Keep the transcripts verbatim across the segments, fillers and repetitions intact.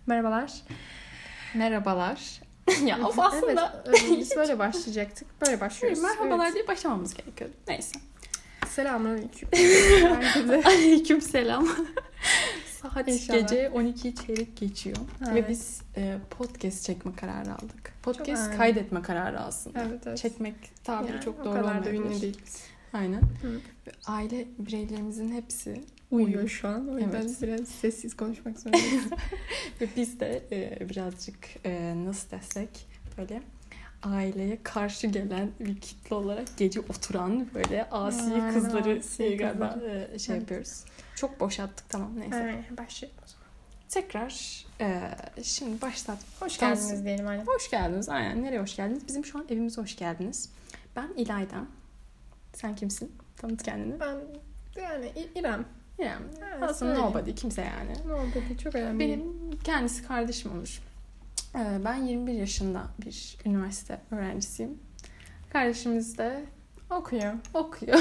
Merhabalar. Merhabalar. ya of aslında evet, biz böyle başlayacaktık. Böyle başlıyoruz. Merhabalar evet. diye başlamamız gerekiyor. Neyse. Selamünaleyküm. Aleyküm selam. Saat İnşallah. gece on iki çeyrek geçiyor. Evet. Ve biz e, podcast çekme kararı aldık. Podcast Çok kaydetme kararı aslında. Evet, evet. Çekmek tabiri Yani çok o doğru kadar da olmayabilir. ünlü değiliz. Aynen. Hı. Ve aile bireylerimizin hepsi Uyuyor uyuyor şu an. O yüzden Evet. biraz sessiz konuşmak zorundayız. Ve biz de e, birazcık e, nasıl desek böyle aileye karşı gelen bir kitle olarak gece oturan böyle asi Aynen, kızları asi şey, galiba kızlar. e, şey Evet. yapıyoruz. Çok boşalttık tamam neyse. Aynen, başlayalım o zaman. Tekrar e, şimdi başlat. Hoş Dans- geldiniz diyelim aynen. Hoş geldiniz. Aynen. Nereye hoş geldiniz? Bizim şu an evimize hoş geldiniz. Ben İlayda. Sen kimsin? Tanıt kendini. Ben yani İ- İrem. Yani, Evet, aslında söyleyeyim. nobody. Kimse yani. Ne oldu? Çok önemli. Benim kendisi kardeşim olur. Ee, Ben yirmi bir yaşında bir üniversite öğrencisiyim. Kardeşimiz de okuyor. okuyor.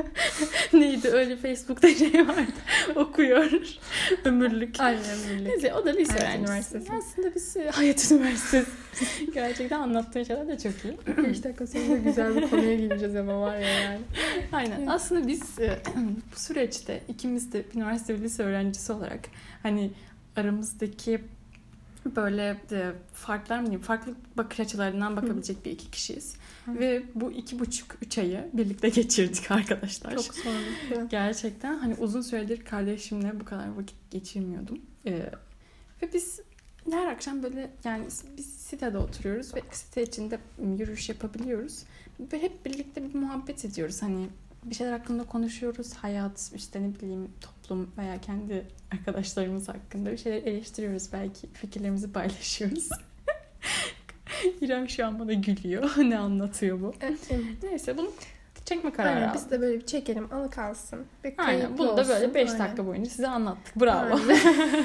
Neydi öyle Facebook'ta şey vardı. Okuyor. Ömürlük. Aynen ömürlük. Neyse o da lise Hayat öğrencisi. Üniversitesi. Aslında biz e, Hayat Üniversitesi. Gerçekten anlattığın şeyler de çok iyi. beş dakika sonra güzel bir konuya gireceğiz ama var ya yani. Aynen. Evet. Aslında biz e, bu süreçte ikimiz de üniversite ve lise öğrencisi olarak hani aramızdaki böyle e, farklar mı diyeyim, farklı bakış açılarından bakabilecek bir iki kişiyiz. Hı. Ve bu iki buçuk, üç ayı birlikte geçirdik arkadaşlar. Çok zorlu. Gerçekten hani uzun süredir kardeşimle bu kadar vakit geçirmiyordum. E, ve biz her akşam böyle yani biz sitede oturuyoruz ve site içinde yürüyüş yapabiliyoruz. Ve hep birlikte bir muhabbet ediyoruz. Hani bir şeyler hakkında konuşuyoruz. Hayat, işte ne bileyim toplum veya kendi arkadaşlarımız hakkında bir şeyler eleştiriyoruz. Belki fikirlerimizi paylaşıyoruz. İrem şu an bana gülüyor. Ne anlatıyor bu? Evet. Neyse bunu çekme kararı Aynen, aldım. biz de böyle bir çekelim, anı kalsın. Bir Aynen. kayıtlı Bunu da böyle olsun. beş Aynen. dakika boyunca size anlattık. Bravo. Aynen.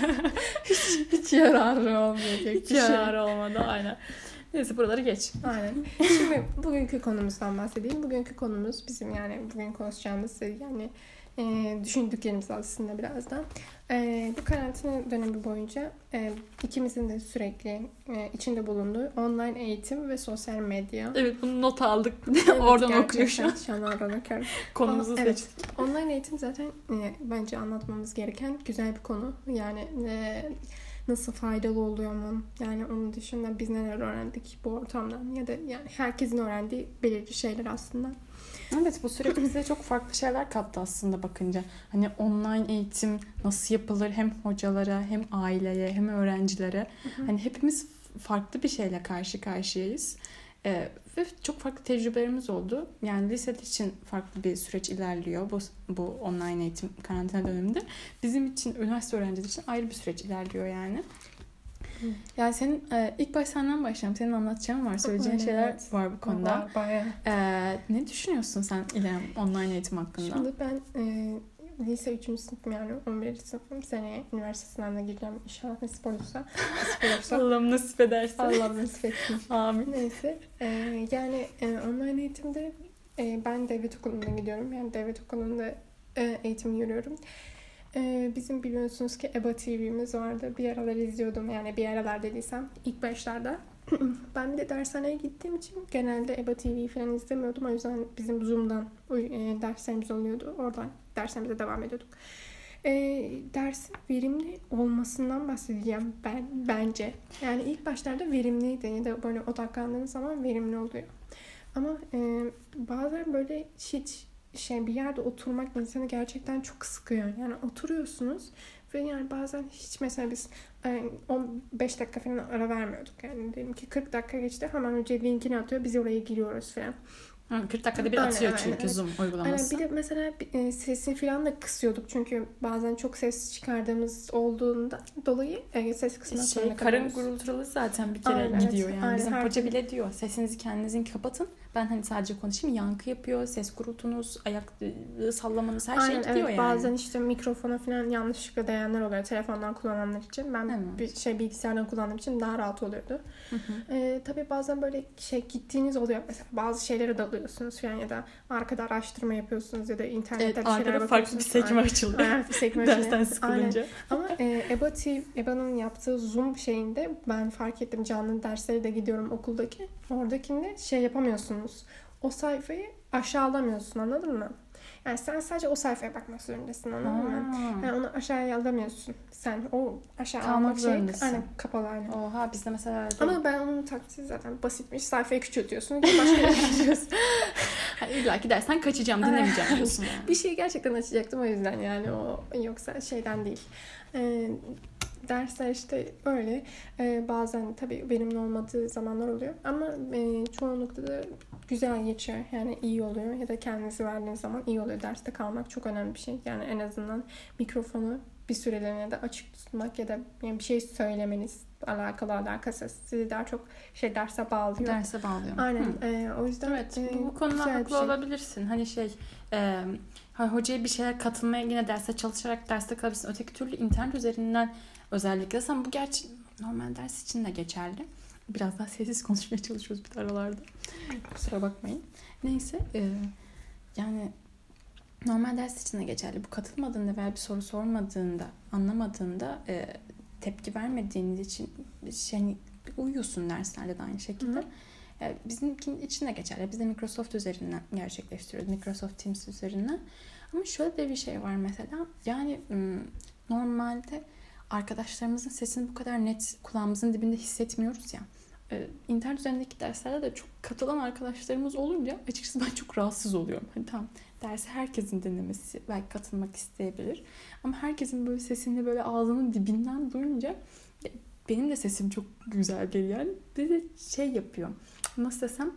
hiç, hiç yararı olmayacak Hiç bir şey. yararı olmadı. Aynen. Neyse buraları geç. Aynen. Şimdi bugünkü konumuzdan bahsedeyim. Bugünkü konumuz bizim yani bugün konuşacağımız yani e, düşündüklerimiz aslında birazdan. E, bu karantina dönemi boyunca e, ikimizin de sürekli e, içinde bulunduğu online eğitim ve sosyal medya. Evet bunu not aldık. Evet, Oradan gerçekten okuyor şu an. Şu an oradan okuyorum. Konumuzu Aa, evet. seçtik. Online eğitim zaten e, bence anlatmamız gereken güzel bir konu. Yani e, nasıl faydalı oluyor mu? Yani onun dışında biz neler öğrendik bu ortamdan ya da yani herkesin öğrendiği belirli şeyler aslında. Evet bu süreç bize çok farklı şeyler kattı aslında bakınca. Hani online eğitim nasıl yapılır hem hocalara hem aileye hem öğrencilere. Hı hı. Hani hepimiz farklı bir şeyle karşı karşıyayız. Ee, ve çok farklı tecrübelerimiz oldu. Yani lise için farklı bir süreç ilerliyor bu, bu online eğitim karantina döneminde. Bizim için üniversite öğrencileri için ayrı bir süreç ilerliyor yani. Hı. Yani senin e, ilk baş senden başlayalım. Senin anlatacağın var, söyleyeceğin Aynen, şeyler evet. var bu konuda. Var, bayağı. Ee, ne düşünüyorsun sen İrem online eğitim hakkında? Şimdi ben e, lise üçüncü sınıfım yani on birinci sınıfım. Seneye üniversite sınavına gireceğim. İnşallah nasip olursa. Nasip olursa. Allah'ım nasip ederse. Allah nasip etsin. Amin. Neyse. E, yani e, online eğitimde e, ben devlet okuluna gidiyorum. Yani devlet okulunda e, eğitim görüyorum. E, bizim biliyorsunuz ki E B A T V'miz vardı. Bir aralar izliyordum. Yani bir aralar dediysem ilk başlarda. Ben bir de dershaneye gittiğim için genelde E B A T V'yi falan izlemiyordum. O yüzden bizim Zoom'dan e, derslerimiz oluyordu. Oradan derslerimize devam ediyorduk. E, dersin verimli olmasından bahsedeceğim ben bence. Yani ilk başlarda verimliydi ya da böyle odaklandığınız zaman verimli oluyor. Ama e, bazen böyle hiç şey bir yerde oturmak insanı gerçekten çok sıkıyor. Yani oturuyorsunuz ve yani bazen hiç mesela biz on beş dakika falan ara vermiyorduk. Yani diyelim ki kırk dakika geçti hemen önce linkini atıyor biz oraya giriyoruz falan. kırk dakikada bir Aynen, atıyor aynen, çünkü evet. Zoom Aynen, uygulaması. bir de mesela e, sesini falan da kısıyorduk. Çünkü bazen çok ses çıkardığımız olduğunda dolayı e, ses kısmına Şey, sonra karın kalıyoruz. gurultulu zaten bir kere Aynen, gidiyor evet. yani. Aynen, Bizim her hoca türlü. bile diyor sesinizi kendinizin kapatın. Ben hani sadece konuşayım yankı yapıyor. Ses gurultunuz, ayak ıı, sallamanız her Aynen, şey gidiyor evet. yani. Bazen işte mikrofona falan yanlışlıkla değenler oluyor. Telefondan kullananlar için. Ben Evet. bir şey bilgisayardan kullandığım için daha rahat oluyordu. Hı hı. Ee, tabii bazen böyle şey gittiğiniz oluyor. Mesela bazı şeylere dalıyorsunuz. buluyorsunuz falan ya da arkada araştırma yapıyorsunuz ya da internette Evet, bir şeyler arkada bakıyorsunuz. farklı bir sekme açılıyor. Evet, bir sekme açılıyor. Dersten sıkılınca. Aynen. Ama e, EBA T V, EBA'nın yaptığı Zoom şeyinde ben fark ettim, canlı derslere de gidiyorum okuldaki. Oradakinde şey yapamıyorsunuz. O sayfayı aşağılamıyorsun, anladın mı? Yani sen sadece o sayfaya bakmak zorundasın, anladın mı? Yani onu aşağıya alamıyorsun. Sen o aşağı Kalmak almak şey zorundasın. aynen kapalı aynen. Oha, bizde mesela öyle değil. Ama ben onun taktiği zaten basitmiş. Sayfayı küçültüyorsun. Başka yere gidiyorsun. Yani İlla ki dersten kaçacağım, dinlemeyeceğim diyorsun yani. Bir şey gerçekten açacaktım o yüzden, yani o yoksa şeyden değil. Ee, dersler işte öyle. Ee, bazen tabii verimli olmadığı zamanlar oluyor. Ama e, çoğunlukla da güzel geçiyor. Yani iyi oluyor. Ya da kendinizi verdiğiniz zaman iyi oluyor. Derste kalmak çok önemli bir şey. Yani en azından mikrofonu bir süreliğine de açık tutmak ya da yani bir şey söylemeniz alakalı alakasız. Sizi daha çok şey derse bağlıyor. Derse bağlıyor. Aynen. E, o yüzden Evet, e, bu, bu konuda haklı şey. olabilirsin. Hani şey e, hocaya bir şeyler katılmaya, yine derse çalışarak derste kalabilirsin. Öteki türlü internet üzerinden özellikle sen, bu gerçi normal ders için de geçerli. Biraz daha sessiz konuşmaya çalışıyoruz bir de aralarda. Kusura bakmayın. Neyse e, yani normal ders için de geçerli. Bu katılmadığında veya bir soru sormadığında, anlamadığında e, tepki vermediğiniz için şey, uyuyorsun derslerde de aynı şekilde. E, bizimkinin için de geçerli. Biz de Microsoft üzerinden gerçekleştiriyoruz. Microsoft Teams üzerinden. Ama şöyle de bir şey var mesela. Yani normalde arkadaşlarımızın sesini bu kadar net kulağımızın dibinde hissetmiyoruz ya. Ee, internet üzerindeki derslerde de çok katılan arkadaşlarımız olunca açıkçası ben çok rahatsız oluyorum. Hani tamam, dersi herkesin dinlemesi, belki katılmak isteyebilir. Ama herkesin böyle sesini böyle ağzının dibinden duyunca benim de sesim çok güzel geliyor. Yani bir de şey yapıyor. Nasıl desem,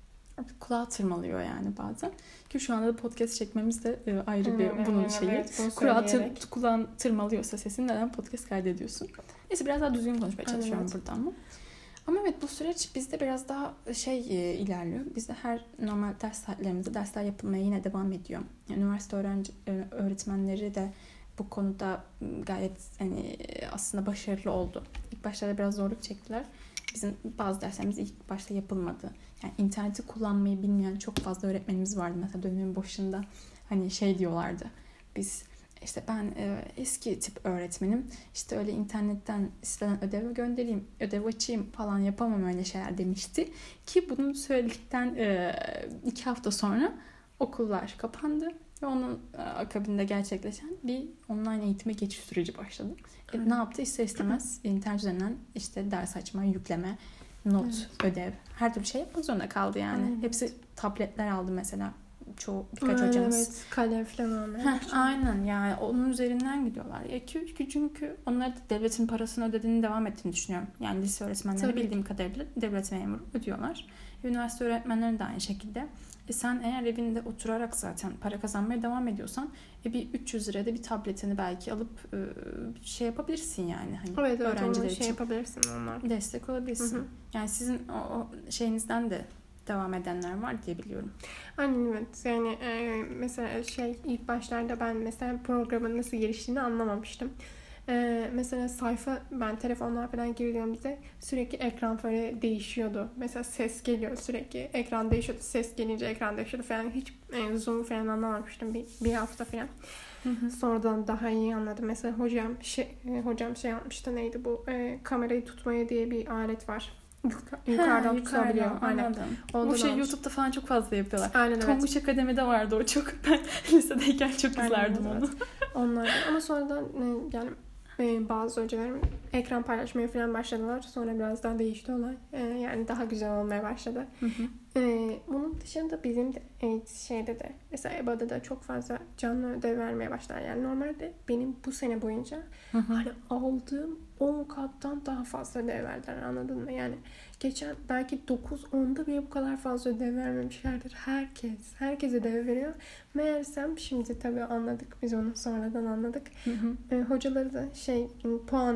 kulağa tırmalıyor yani bazen. Ki şu anda da podcast çekmemiz de e, ayrı bir hmm, bunun evet, şeyi. Evet, kulağa tır, kulağın tırmalıyorsa sesin, neden podcast kaydediyorsun? Neyse, biraz daha düzgün konuşmaya çalışıyorum evet. burada ama. Ama evet, bu süreç bizde biraz daha şey e, ilerliyor. Bizde her normal ders saatlerimizde dersler yapılmaya yine devam ediyor. Yani üniversite öğrenci öğretmenleri de bu konuda gayet hani aslında başarılı oldu. İlk başlarda biraz zorluk çektiler. Bizim bazı derslerimiz ilk başta yapılmadı. Yani interneti kullanmayı bilmeyen çok fazla öğretmenimiz vardı. Mesela dönemin başında hani şey diyorlardı. Biz işte ben e, eski tip öğretmenim. İşte öyle internetten siteden ödev göndereyim, ödev açayım falan, yapamam öyle şeyler demişti. Ki bunu söyledikten e, iki hafta sonra okullar kapandı. Ve onun akabinde gerçekleşen bir online eğitime geçiş süreci başladı. E, ne yaptı? İster istemez internet üzerinden işte ders açma, yükleme, not, evet. ödev, her türlü şey yapmak zorunda kaldı yani. Evet. Hepsi tabletler aldı mesela. Çoğu birkaç evet, hocamız. Evet, kalem falan almaya. Aynen yani onun üzerinden gidiyorlar. Ya çünkü onlar da devletin parasını ödediğini devam ettiğini düşünüyorum. Yani lise öğretmenleri Tabii. bildiğim kadarıyla devlet memuru ödüyorlar. Üniversite öğretmenleri de aynı şekilde. E sen eğer evinde oturarak zaten para kazanmaya devam ediyorsan e bir üç yüz liraya da bir tabletini belki alıp e, şey yapabilirsin yani. Hani evet, evet öğrenciler şey için yapabilirsin onlar. Destek olabilirsin. Hı hı. Yani sizin o, o şeyinizden de devam edenler var diye biliyorum. Aynen evet. Yani e, mesela şey ilk başlarda ben mesela programın nasıl geliştiğini anlamamıştım. Ee, mesela sayfa, ben telefonlar falan girdiğimde sürekli ekran böyle değişiyordu. Mesela ses geliyor sürekli. Ekran değişiyordu. Ses gelince ekran değişiyordu falan. Hiç e, Zoom falan anlamamıştım. Bir, bir hafta falan. Hı hı. Sonradan daha iyi anladım. Mesela hocam şey, e, hocam şey yapmıştı, neydi bu? E, kamerayı tutmaya diye bir alet var. Yukarıdan ha, tutabiliyor. Anladım. Bu şey almış. YouTube'da falan çok fazla yapıyorlar. Aynen evet. Tonguç Akademi'de vardı o çok. Ben lisedeyken çok Aynen, izlerdim evet. onu. Onlar ama sonradan yani bazı hocalarım ekran paylaşmaya falan başladılar. Sonra biraz daha değişti olay. Yani daha güzel olmaya başladı. Hı hı. Bunun dışında bizim de şeyde de mesela EBA'da da çok fazla canlı ödev vermeye başlar. Yani normalde benim bu sene boyunca hı hı. hani aldığım on kattan daha fazla ödev verdiler, anladın mı? Yani geçen belki dokuz onda bile bu kadar fazla ödev vermemişlerdir. Herkes. Herkes ödev veriyor. Meğersem şimdi tabii anladık. Biz onu sonradan anladık. Hı hı. E, hocaları da şey puan veriyorlar.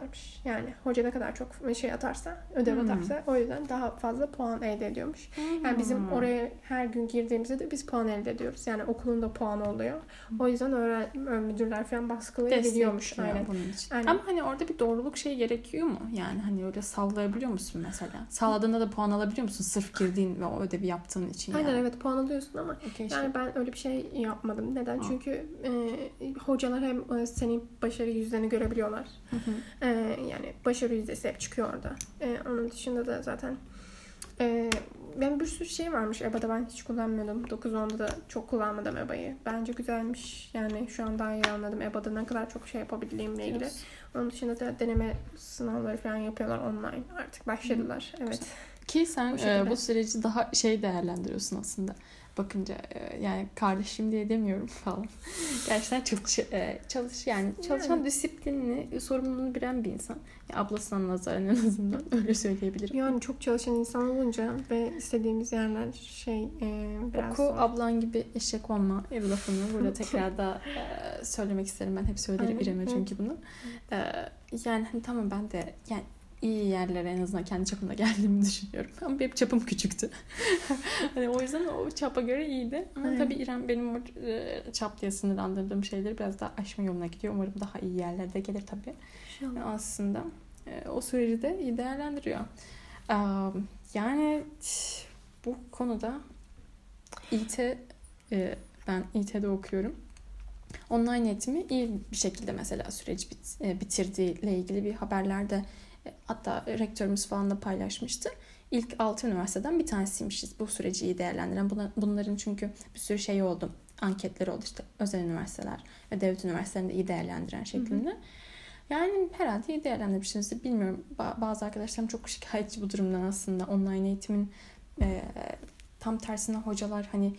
varmış. Yani hoca ne kadar çok şey atarsa, ödev Hmm. atarsa o yüzden daha fazla puan elde ediyormuş. Hmm. Yani bizim oraya her gün girdiğimizde de biz puan elde ediyoruz. Yani okulun da puanı oluyor. O yüzden öğren müdürler falan baskılayabiliyormuş. Aynen. Bunun için. Aynen. Ama hani orada bir doğruluk şey gerekiyor mu? Yani hani öyle sallayabiliyor musun mesela? Salladığında da puan alabiliyor musun? Sırf girdiğin ve o ödevi yaptığın için yani. Aynen evet puan alıyorsun ama Okay, yani işte. ben öyle bir şey yapmadım. Neden? Aa. Çünkü e, hocalar hem e, senin başarı yüzdeni görebiliyorlar. Hı hı. E, yani başarı yüzdesi hep çıkıyor orada. E, onun dışında da zaten e, ben bir sürü şey varmış E B A'da ben hiç kullanmıyordum. dokuz onda da çok kullanmadım E B A'yı. Bence güzelmiş. Yani şu an daha iyi anladım E B A'da ne kadar çok şey yapabildiğimle ilgili. Yes. Onun dışında da deneme sınavları falan yapıyorlar online. Artık başladılar. Evet. Ki sen Bu e, şekilde. bu süreci daha şey değerlendiriyorsun aslında. Bakınca e, yani kardeşim diye demiyorum falan. Gerçekten çalış, e, çalış yani çalışan Yani. disiplinini, sorumluluğunu bilen bir insan. Ya, ablasından nazaran en azından öyle söyleyebilirim. Yani çok çalışan insan olunca ve istediğimiz yerler şey e, biraz Oku zor. ablan gibi eşek olma ev lafını burada tekrar da e, söylemek isterim. Ben hep söylerim Aynen, İrem'e evet. çünkü bunu. E, yani hani tamam ben de yani iyi yerlere en azından kendi çapımda geldiğimi düşünüyorum. Ama benim çapım küçüktü. hani o yüzden o çapa göre iyiydi. Ama Aynen. tabii İrem benim o e, çap diye sınırlandırdığım şeyleri biraz daha aşma yoluna gidiyor. Umarım daha iyi yerlerde gelir tabii. Yani aslında e, o süreci de iyi değerlendiriyor. E, yani bu konuda İT e, ben İT'de okuyorum. Online eğitimi iyi bir şekilde mesela süreci bit, e, bitirdiğiyle ilgili bir haberlerde e, hatta rektörümüz falan da paylaşmıştı. İlk altı üniversiteden bir tanesiymişiz bu süreci iyi değerlendiren. Buna, bunların çünkü bir sürü şey oldu. Anketleri oldu işte özel üniversiteler ve devlet üniversitelerinde iyi değerlendiren şeklinde. Hı hı. Yani herhalde iyi değerlendirmişsinizdir. Bilmiyorum. Ba- bazı arkadaşlarım çok şikayetçi bu durumdan aslında. Online eğitimin e, tam tersine hocalar hani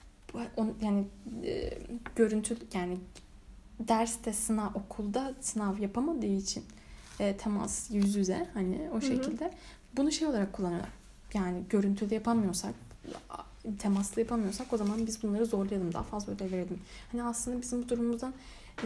on, yani e, görüntü yani derste sınav okulda sınav yapamadığı için e, temas yüz yüze hani o şekilde hı hı. bunu şey olarak kullanıyorlar. Yani görüntülü yapamıyorsak temaslı yapamıyorsak o zaman biz bunları zorlayalım daha fazla ödev verelim. Hani aslında bizim bu durumumuzdan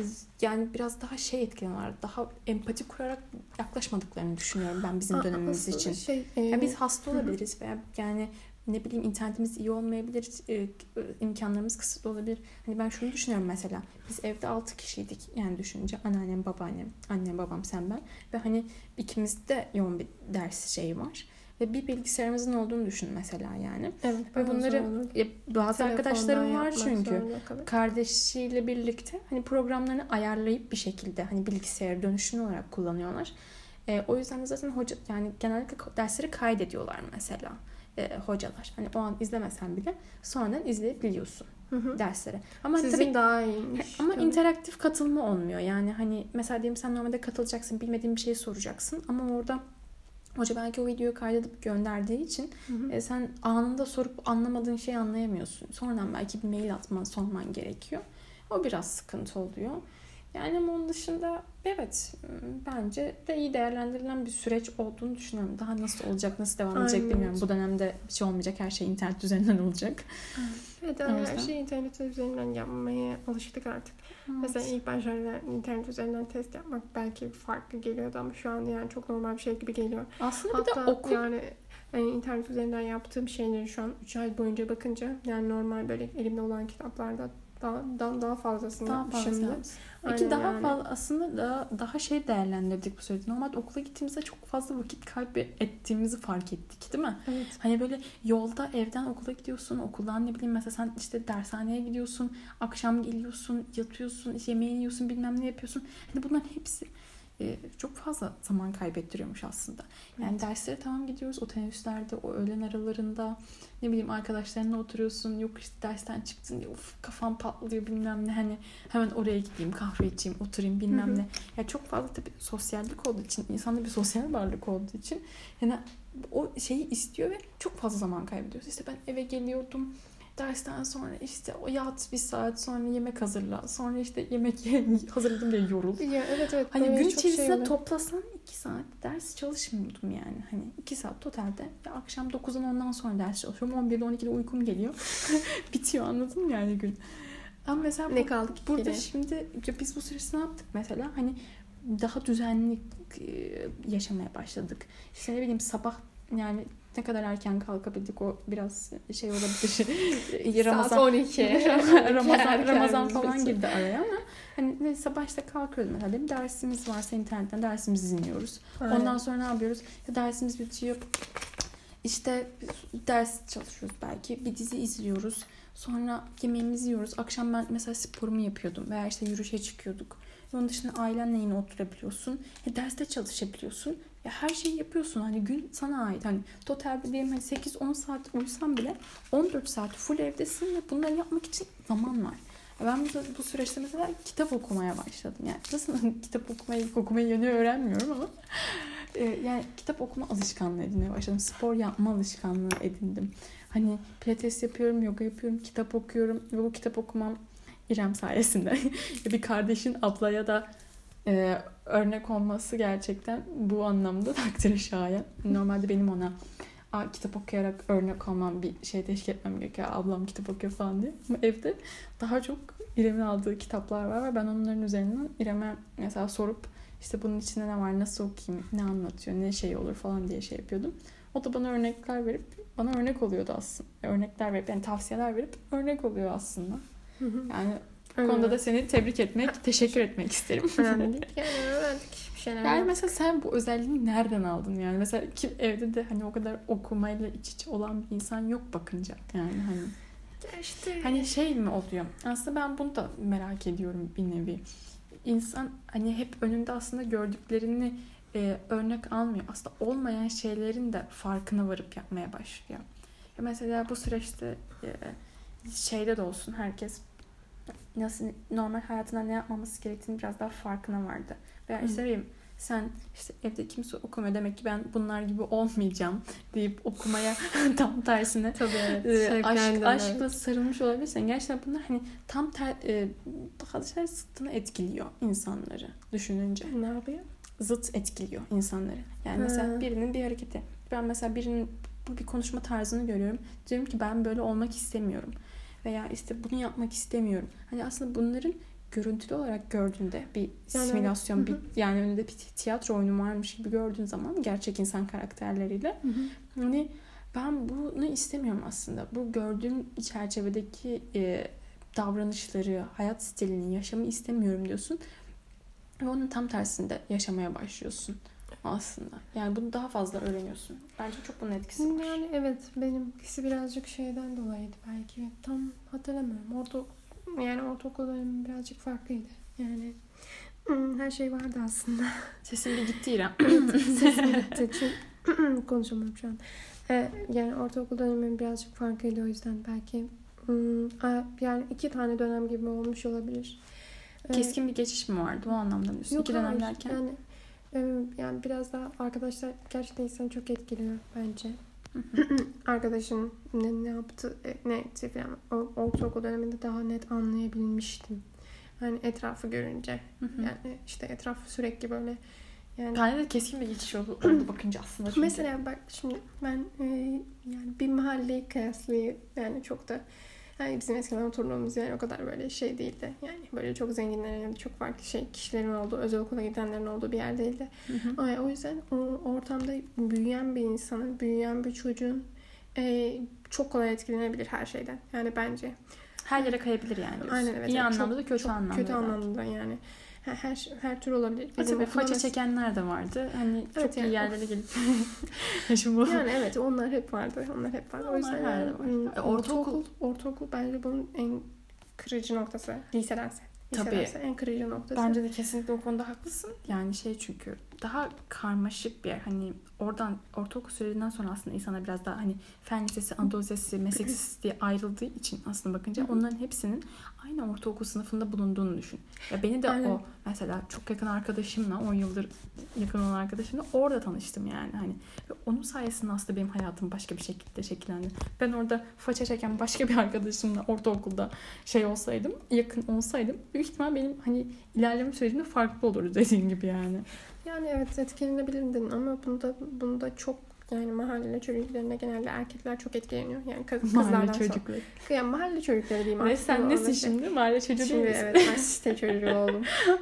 yani biraz daha şey etkileniyorlar. Daha empati kurarak yaklaşmadıklarını düşünüyorum ben bizim dönemimiz için. Şey, e... yani biz hasta olabiliriz veya yani ne bileyim internetimiz iyi olmayabilir, e, imkanlarımız kısıtlı olabilir. Hani ben şunu düşünüyorum mesela. Biz evde altı kişiydik yani düşününce anneannem, babaannem, annem, babam, sen ben ve hani ikimizde yoğun bir ders şeyi var. Ve bir bilgisayarımızın olduğunu düşün mesela yani. Evet, ve bunları e, bazı arkadaşlarım var çünkü kardeşiyle birlikte hani programlarını ayarlayıp bir şekilde hani bilgisayar dönüşümlü olarak kullanıyorlar. E, o yüzden de zaten hoca yani genellikle dersleri kaydediyorlar mesela. E, hocalar. Hani o an izlemesen bile sonradan izleyebiliyorsun hı hı. dersleri. Ama sizin tabii, daha iyiymiş. Ama tabii. interaktif katılma olmuyor. Yani hani mesela diyelim sen normalde katılacaksın, bilmediğin bir şey soracaksın ama orada hoca belki o videoyu kaydedip gönderdiği için hı hı. E, sen anında sorup anlamadığın şeyi anlayamıyorsun. Sonradan belki bir mail atman, sorman gerekiyor. O biraz sıkıntı oluyor. Yani ama onun dışında evet bence de iyi değerlendirilen bir süreç olduğunu düşünüyorum. Daha nasıl olacak, nasıl devam edecek Aynen. bilmiyorum. Bu dönemde bir şey olmayacak. Her şey internet üzerinden olacak. Evet, yani her şeyi internet üzerinden yapmaya alıştık artık. Evet. Mesela ilk başlarda internet üzerinden test yapmak belki farklı geliyordu ama şu an yani çok normal bir şey gibi geliyor. Aslında Hatta bir de okul... yani, yani internet üzerinden yaptığım şeyleri şu an üç ay boyunca bakınca yani normal böyle elimde olan kitaplarda daha daha, daha fazlasını daha yapmışımdır. Peki daha yani. fazla aslında daha, daha şey değerlendirdik bu sürede. Normalde okula gittiğimizde çok fazla vakit kaybettiğimizi fark ettik değil mi? Evet. Hani böyle yolda evden okula gidiyorsun, okuldan ne bileyim mesela sen işte dershaneye gidiyorsun, akşam geliyorsun, yatıyorsun, işte yemeğini yiyorsun, bilmem ne yapıyorsun. Hani bunların hepsi e, çok fazla zaman kaybettiriyormuş aslında. Yani evet. derslere tamam gidiyoruz, o teneffüslerde, o öğlen aralarında ne bileyim arkadaşlarınla oturuyorsun, yok işte dersten çıktın, of kafam patlıyor bilmem ne, hani hemen oraya gideyim, kahve içeyim, oturayım bilmem hı hı. ne. Ya çok fazla tabii sosyallik olduğu için, insanda bir sosyal varlık olduğu için yani o şeyi istiyor ve çok fazla zaman kaybediyoruz. İşte ben eve geliyordum, dersten sonra işte o yat bir saat, sonra yemek hazırla, sonra işte yemek hazırladım diye yorul. Ya, evet evet. Hani gün içerisinde şey toplasan iki saat ders çalışmıyordum yani. Hani iki saat totalde. Ya akşam dokuzdan ondan sonra ders çalışıyorum. on birde on ikide uykum geliyor. Bitiyor, anladın mı yani gün? Ama mesela ne bu, kaldı burada kere? şimdi biz bu süreçte ne yaptık mesela? Hani daha düzenli yaşamaya başladık. İşte ne bileyim sabah yani ne kadar erken kalkabildik o biraz şey olabilir. Ramazan on iki. Ramazan Ramazan falan girdi araya ama hani sabah işte kalkıyoruz mesela değil mi? Dersimiz varsa internetten dersimizi dinliyoruz. Aynen. Ondan sonra ne yapıyoruz? Ya dersimiz bitiyor. İşte ders çalışıyoruz belki. Bir dizi izliyoruz. Sonra yemeğimizi yiyoruz. Akşam ben mesela sporumu yapıyordum veya işte yürüyüşe çıkıyorduk. Onun dışında ailenle yine oturabiliyorsun. Ya derste çalışabiliyorsun. Ya her şeyi yapıyorsun. Hani gün sana ait. Hani totalde diyelim hani sekiz on saat uyusan bile on dört saat full evdesin ve bunları yapmak için zaman var. Ben bu, bu süreçte mesela kitap okumaya başladım. Yani nasıl kitap okumayı, okumayı yeni öğrenmiyorum ama yani kitap okuma alışkanlığı edinmeye başladım. Spor yapma alışkanlığı edindim. Hani pilates yapıyorum, yoga yapıyorum, kitap okuyorum ve bu kitap okumam İrem sayesinde. Bir kardeşin ablaya da e, örnek olması gerçekten bu anlamda takdire şayan. Normalde benim ona Aa, kitap okuyarak örnek olmam, bir şey teşkil etmem gerekiyor. Ablam kitap okuyor falan diye. Ama evde daha çok İrem'in aldığı kitaplar var ve ben onların üzerinden İrem'e mesela sorup işte bunun içinde ne var, nasıl okuyayım, ne anlatıyor, ne şey olur falan diye şey yapıyordum. O da bana örnekler verip, bana örnek oluyordu aslında. Örnekler verip, yani tavsiyeler verip örnek oluyor aslında. Yani bu konuda da seni tebrik etmek, teşekkür etmek isterim. Öğrendik yani öğrendik bir şeyler. Yani mesela sen bu özelliğini nereden aldın yani? Mesela kim evde de hani o kadar okumayla iç içe olan bir insan yok bakınca. Yani hani işte hani şey mi oluyor? Aslında ben bunu da merak ediyorum bir nevi. İnsan hani hep önünde aslında gördüklerini e, örnek almıyor. Aslında olmayan şeylerin de farkına varıp yapmaya başlıyor. Ya mesela bu süreçte e, şeyde de olsun herkes nasıl normal hayatında ne yapmaması gerektiğini biraz daha farkına vardı. Veya işte bileyim sen işte evde kimse okumuyor demek ki ben bunlar gibi olmayacağım deyip okumaya tam tersine tabii evet. e, aşk, aşkla sarılmış olabilirsen gerçekten bunlar hani tam ter, e, daha dışarı zıttını etkiliyor insanları düşününce. Ne yapıyor? Zıt etkiliyor insanları. Yani mesela ha. birinin bir hareketi. Ben mesela birinin bu bir konuşma tarzını görüyorum. Diyorum ki ben böyle olmak istemiyorum. Veya işte bunu yapmak istemiyorum. Hani aslında bunların görüntülü olarak gördüğünde bir yani simülasyon, evet. bir, yani önünde bir tiyatro oyunu varmış gibi gördüğün zaman gerçek insan karakterleriyle hı hı. Hani ben bunu istemiyorum aslında. Bu gördüğüm çerçevedeki e, davranışları, hayat stilini, yaşamı istemiyorum diyorsun. Ve onun tam tersinde yaşamaya başlıyorsun aslında. Yani bunu daha fazla öğreniyorsun. Bence çok bunun etkisi var. Yani evet benimkisi birazcık şeyden dolayıydı belki. Tam hatırlamıyorum. Orta, yani ortaokul dönemi birazcık farklıydı. Yani her şey vardı aslında. Sesin bir gitti İrem. Sesim gitti. Çünkü konuşamıyorum şu an. Yani ortaokul dönemi birazcık farklıydı o yüzden belki yani iki tane dönem gibi olmuş olabilir. Keskin bir geçiş mi vardı o anlamda mı? Yok, İki dönem hayır. derken? Yani yani biraz daha arkadaşlar gerçekten insanı çok etkiliyor bence. Arkadaşım ne, ne yaptı, ne etti falan. O ortaokul döneminde daha net anlayabilmiştim. Yani etrafı görünce. Yani işte etrafı sürekli böyle. Yani bende de keskin bir geçiş oldu, oldu bakınca aslında. Çünkü. Mesela bak şimdi ben e, yani bir mahalleyi kıyaslayıp yani çok da yani bizim eskiden oturduğumuz yer o kadar böyle şey değildi. Yani böyle çok zenginlerin, çok farklı şey kişilerin olduğu, özel okula gidenlerin olduğu bir yer değildi. Hı hı. O yüzden o ortamda büyüyen bir insanın, büyüyen bir çocuğun e, çok kolay etkilenebilir her şeyden. Yani bence. Her yere kayabilir yani diyorsun. Aynen evet. İyi yani anlamda çok, da kötü çok anlamda. Kötü anlamda yani. Her, her, her tür olabilir. Bizim faça mes- çekenler de vardı. Hani evet, çok yani, iyi yerlere gelip. Yani evet onlar hep vardı. Onlar hep vardı. Onlar o yüzden yani, var. E, ortaokul, ortaokul bence bunun en kırıcı noktası. Lisedense. Lisedense en kırıcı noktası. Bence de kesinlikle o konuda haklısın. Yani şey çünkü daha karmaşık bir yer. Hani oradan ortaokul sürecinden sonra aslında insana biraz daha hani fen lisesi, Anadolu Lisesi, meslek lisesi diye ayrıldığı için aslında bakınca onların hepsinin aynı ortaokul sınıfında bulunduğunu düşün. Ya beni de aynen. O mesela çok yakın arkadaşımla on yıldır yakın olan arkadaşımla orada tanıştım yani hani. Ve onun sayesinde aslında benim hayatım başka bir şekilde şekillendi. Ben orada faça çeken başka bir arkadaşımla ortaokulda şey olsaydım, yakın olsaydım büyük ihtimal benim hani ilerleme sürecimde farklı olurdu dediğin gibi yani. Yani evet etkilenebilirdin ama bunda bunda çok Yani mahalle çocuklarına genelde erkekler çok etkileniyor. Yani kız, Mahalle kızlardan sonra. çocukları. Yani mahalle çocukları diyeyim. Ve artık. sen Bu nesin olacak. şimdi? Mahalle çocuğu değil Şimdi misin? evet ben site çocuğu oldum.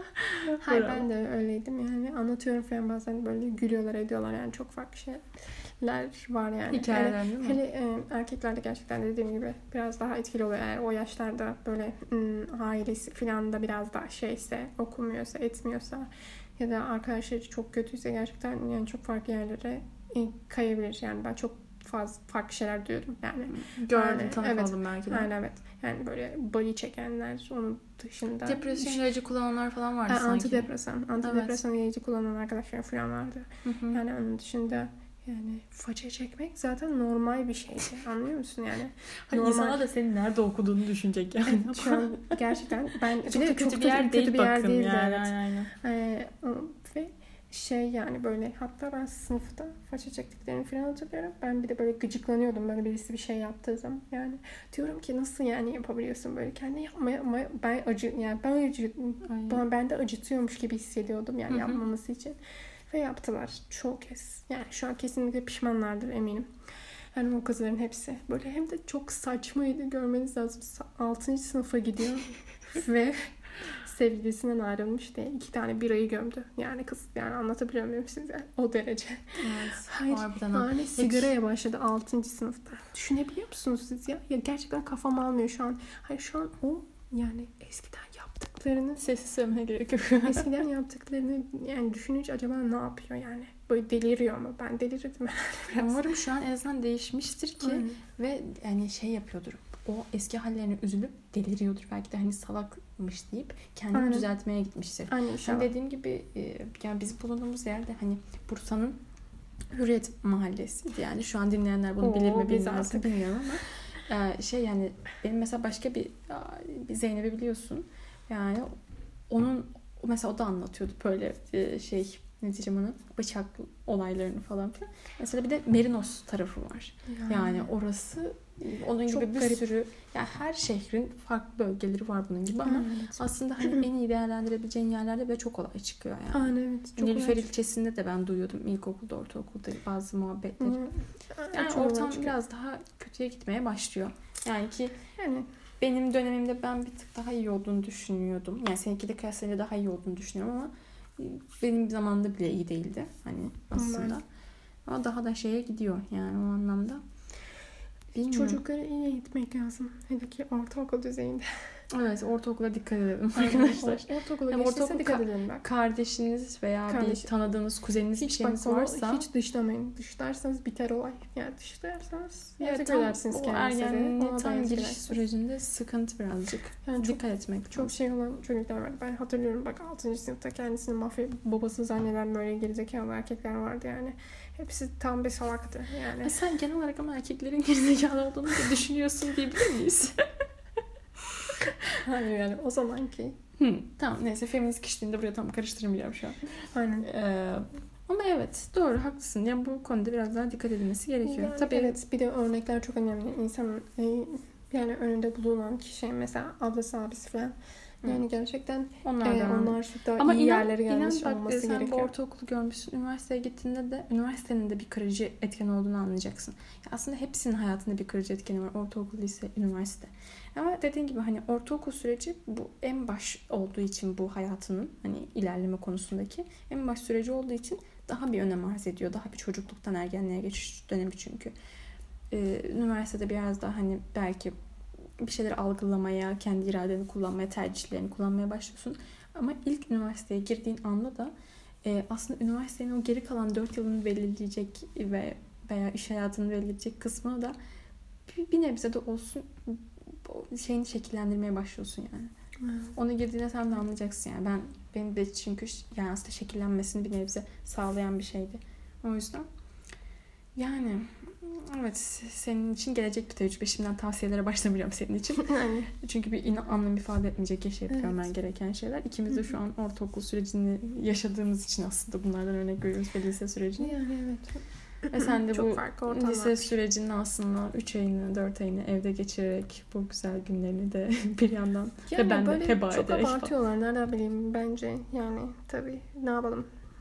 Hayır Bravo. ben de öyleydim yani. Anlatıyorum falan bazen böyle gülüyorlar ediyorlar yani çok farklı şeyler var yani. Hikayeler Hele, değil mi? hele e, erkeklerde gerçekten dediğim gibi biraz daha etkili oluyor. Eğer o yaşlarda böyle ım, ailesi falan da biraz daha şeyse, okumuyorsa, etmiyorsa ya da arkadaşları çok kötüyse gerçekten yani çok farklı yerlere e, kayabilir. Yani ben çok fazla farklı şeyler duyuyordum yani. Gördüm, Yani, tanık evet. oldum belki de. Yani evet. Yani böyle body çekenler onun dışında. Depresyon ilacı kullananlar falan vardı Ha, sanki. antidepresan. Antidepresan ilacı kullanan arkadaşlar falan vardı. Hı hı. Yani onun dışında yani faça çekmek zaten normal bir şeydi. Anlıyor musun yani? Hani Normal. insana da senin nerede okuduğunu düşünecek yani. Evet, şu an gerçekten ben çok bir de da kötü çok bir yer kötü değil bir yer bakın değildi, yani. evet. Aynen. Ee, o- ve şey yani böyle hatta ben sınıfta faça çektiklerini falan hatırlıyorum. Ben bir de böyle gıcıklanıyordum böyle birisi bir şey yaptığı zaman. Yani diyorum ki nasıl yani yapabiliyorsun böyle kendi yapmaya ama ben acı yani ben acı Aynen. bana ben de acıtıyormuş gibi hissediyordum yani Hı hı. yapmaması için. Ve yaptılar çoğu kez. Yani şu an kesinlikle pişmanlardır eminim. Yani o kızların hepsi. Böyle hem de çok saçmaydı görmeniz lazım. altıncı sınıfa gidiyor ve sevgilisinden ayrılmış diye iki tane birayı gömdü. Yani kız yani anlatabiliyor muyum size? O derece. Evet. Hayır. Harbiden Yani sigaraya başladı altıncı sınıfta. Düşünebiliyor musunuz siz ya? Ya gerçekten kafam almıyor şu an. Hayır şu an o yani eskiden yaptıklarını Sessiz söylemeye gerek yok. eskiden yaptıklarını yani düşününce acaba ne yapıyor yani? Böyle deliriyor mu? Ben delirirdim herhalde biraz. Umarım şu an en azından değişmiştir ki Aynen. ve yani şey yapıyordur. O eski hallerine üzülüp deliriyordur. Belki de hani salakmış deyip kendini Aynen. düzeltmeye gitmiştir. Aynen Hani inşallah. dediğim gibi e, yani biz bulunduğumuz yerde hani Bursa'nın Hürriyet Mahallesi'ydi. Yani şu an dinleyenler bunu Oo, bilir mi biz bilmez mi artık. bilmiyorum ama e, şey yani benim mesela başka bir, bir Zeynep'i biliyorsun. Yani onun mesela o da anlatıyordu böyle e, şey ne diyeceğim ona bıçak olaylarını falan filan. Mesela bir de Merinos tarafı var. Yani, Yani orası onun Çok gibi bir garip. sürü yani her şehrin farklı bölgeleri var bunun gibi ama evet. aslında hani en iyi değerlendirebileceğin yerlerde bile çok olay çıkıyor yani. Aynen evet. Çok Nilüfer olay ilçesinde de ben duyuyordum ilkokulda, ortaokulda bazı muhabbetleri. çıkıyor. Yani Çok olay ortam çıkıyor. biraz daha kötüye gitmeye başlıyor. Yani ki Yani benim dönemimde ben bir tık daha iyi olduğunu düşünüyordum. Yani seninkiyle kıyaslayınca daha iyi olduğunu düşünüyorum ama benim zamanımda bile iyi değildi hani aslında. Aynen. Ama daha da şeye gidiyor yani o anlamda. Bilmiyorum. çocuklara iyi eğitmek lazım. Hele ki ortaokul düzeyinde. Evet, ortaokula dikkat edelim arkadaşlar. Ortaokula Hem geçtiyse ortaokul dikkat ka- edin bak. Kardeşiniz veya Kardeş- bir tanıdığınız kuzeniniz bir Hiç bak şeyiniz onu varsa hiç dışlamayın. Dışlarsanız biter olay. Yani dışlarsanız evet, yazık tam edersiniz o kendinize. ergenliğe Ona da tam yazık giriş edersiniz. sürecinde sıkıntı birazcık. Yani çok Dikkat etmek Çok lazım. şey olan çocuklar var. Ben hatırlıyorum bak altıncı sınıfta kendisini mafya babası zanneden böyle gerizekalı erkekler vardı yani. Hepsi tam bir salaktı yani. Ha, sen genel olarak ama erkeklerin gerizekalı olduğunu da düşünüyorsun diyebilir miyiz? Hayır yani o zamanki. Hı, tamam neyse feminist kişiliğini de buraya tam karıştırmayacağım şu an. Aynen. Ee, ama evet doğru haklısın. Yani bu konuda biraz daha dikkat edilmesi gerekiyor. Yani Tabii evet bir de örnekler çok önemli. İnsanın e, yani önünde bulunan kişi mesela ablası abisi falan. Yani gerçekten onlar e, da onlar çok daha ama iyi inan, yerlere gelmiş inan bak olması sen bu gerekiyor. ortaokulu görmüşsün. Üniversiteye gittiğinde de üniversitenin de bir kırıcı etken olduğunu anlayacaksın. Ya aslında hepsinin hayatında bir kırıcı etkeni var. Ortaokul, lise, üniversite. Ama dediğin gibi hani ortaokul süreci bu en baş olduğu için bu hayatının hani ilerleme konusundaki en baş süreci olduğu için daha bir önem arz ediyor. Daha bir çocukluktan ergenliğe geçiş dönemi çünkü. Ee, üniversitede biraz daha hani belki bir şeyleri algılamaya, kendi iradeni kullanmaya, tercihlerini kullanmaya başlıyorsun. Ama ilk üniversiteye girdiğin anda da e, aslında üniversitenin o geri kalan dört yılını belirleyecek ve veya iş hayatını belirleyecek kısmı da bir, bir nebze de olsun şeyini şekillendirmeye başlıyorsun yani. Evet. Onu girdiğinde sen de anlayacaksın yani. Ben benim de çünkü yani aslında şekillenmesini bir nebze sağlayan bir şeydi. O yüzden yani evet senin için gelecek bir tecrübe. Şimdiden tavsiyelere başlamayacağım senin için. Yani Çünkü bir inan, anlam ifade etmeyecek yaşayıp Evet. görmen gereken şeyler. İkimiz de şu an ortaokul sürecini yaşadığımız için aslında bunlardan örnek veriyoruz ve lise sürecini. yani evet. Ve sen de Çok bu farklı ortamlar. lise sürecinin aslında üç ayını, dört ayını evde geçirerek bu güzel günlerini de bir yandan Yani ve ben de böyle heba çok ederek falan. abartıyorlar. Nereden bileyim bence. Yani tabii ne yapalım.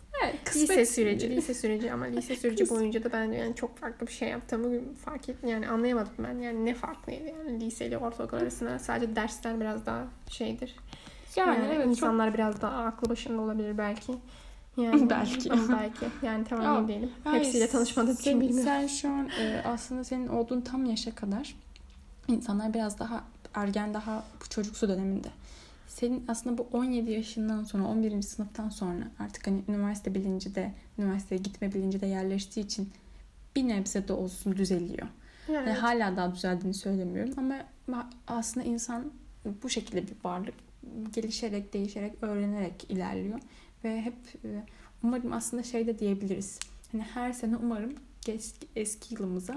Evet, kısmet. Lise süreci, lise süreci ama lise süreci boyunca da ben yani çok farklı bir şey yaptığımı fark ettim. Yani anlayamadım ben. Yani ne farklıydı yani lise ile ortaokul arasında. Sadece dersler biraz daha şeydir. Yani, yani evet, insanlar çok... biraz daha aklı başında olabilir belki. Yani belki. Ama belki. Yani tamam emin değilim. Hayır, Hepsiyle tanışmadığım sen, için bilmiyorum. Sen şu an e, aslında senin olduğun tam yaşa kadar insanlar biraz daha ergen, daha bu çocuksu döneminde. Senin aslında bu on yedi yaşından sonra, on birinci sınıftan sonra artık hani üniversite bilinci de, üniversiteye gitme bilinci de yerleştiği için bir nebze de olsun düzeliyor. Yani yani hala daha düzeldiğini söylemiyorum ama aslında insan bu şekilde bir varlık. Gelişerek, değişerek, öğrenerek ilerliyor. Ve hep umarım aslında şey de diyebiliriz. Hani her sene umarım eski, eski yılımıza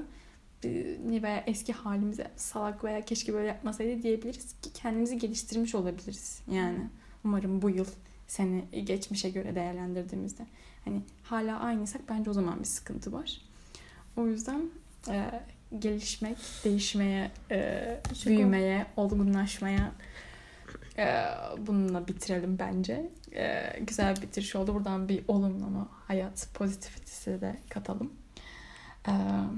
veya eski halimize salak veya keşke böyle yapmasaydı diyebiliriz ki kendimizi geliştirmiş olabiliriz. Yani umarım bu yıl seni geçmişe göre değerlendirdiğimizde hani hala aynıysak bence o zaman bir sıkıntı var. O yüzden e, gelişmek, değişmeye, e, büyümeye, olgunlaşmaya e, bununla bitirelim bence. E, güzel bir bitiriş oldu. Buradan bir olumlama, hayat pozitivitesi de katalım. E,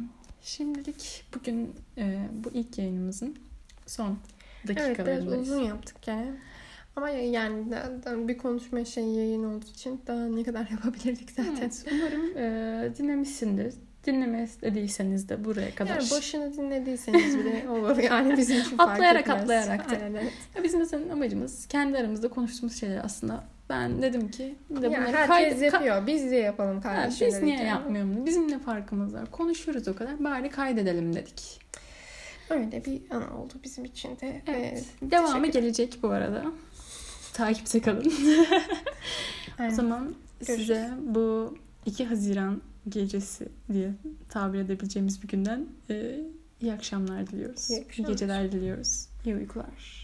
şimdilik bugün e, bu ilk yayınımızın son dakikalarındayız. Evet, biraz uzun yaptık yani. Ama yani bir konuşma şey yayın olduğu için daha ne kadar yapabilirdik zaten. Evet, umarım e, dinlemişsindir. Dinlemediyseniz de buraya kadar. Yani başını dinlediyseniz bile olur yani bizim için fark atlayarak etmez. atlayarak da. Aynen, evet. Bizim mesela amacımız kendi aramızda konuştuğumuz şeyler aslında. Ben dedim ki de ya bunları herkes kaydı- yapıyor. Biz de yapalım kardeşim. Biz niye yani. yapmıyoruz? Bizim ne farkımız var? Konuşuyoruz o kadar. Bari kaydedelim dedik. Öyle bir an oldu bizim için de. Evet. Ee, Devamı gelecek bu arada. Takipte kalın. Aynen. O zaman Görüşürüz. size bu iki Haziran gecesi diye tabir edebileceğimiz bir günden e, iyi akşamlar diliyoruz. İyi akşamlar. İyi geceler diliyoruz. İyi uykular.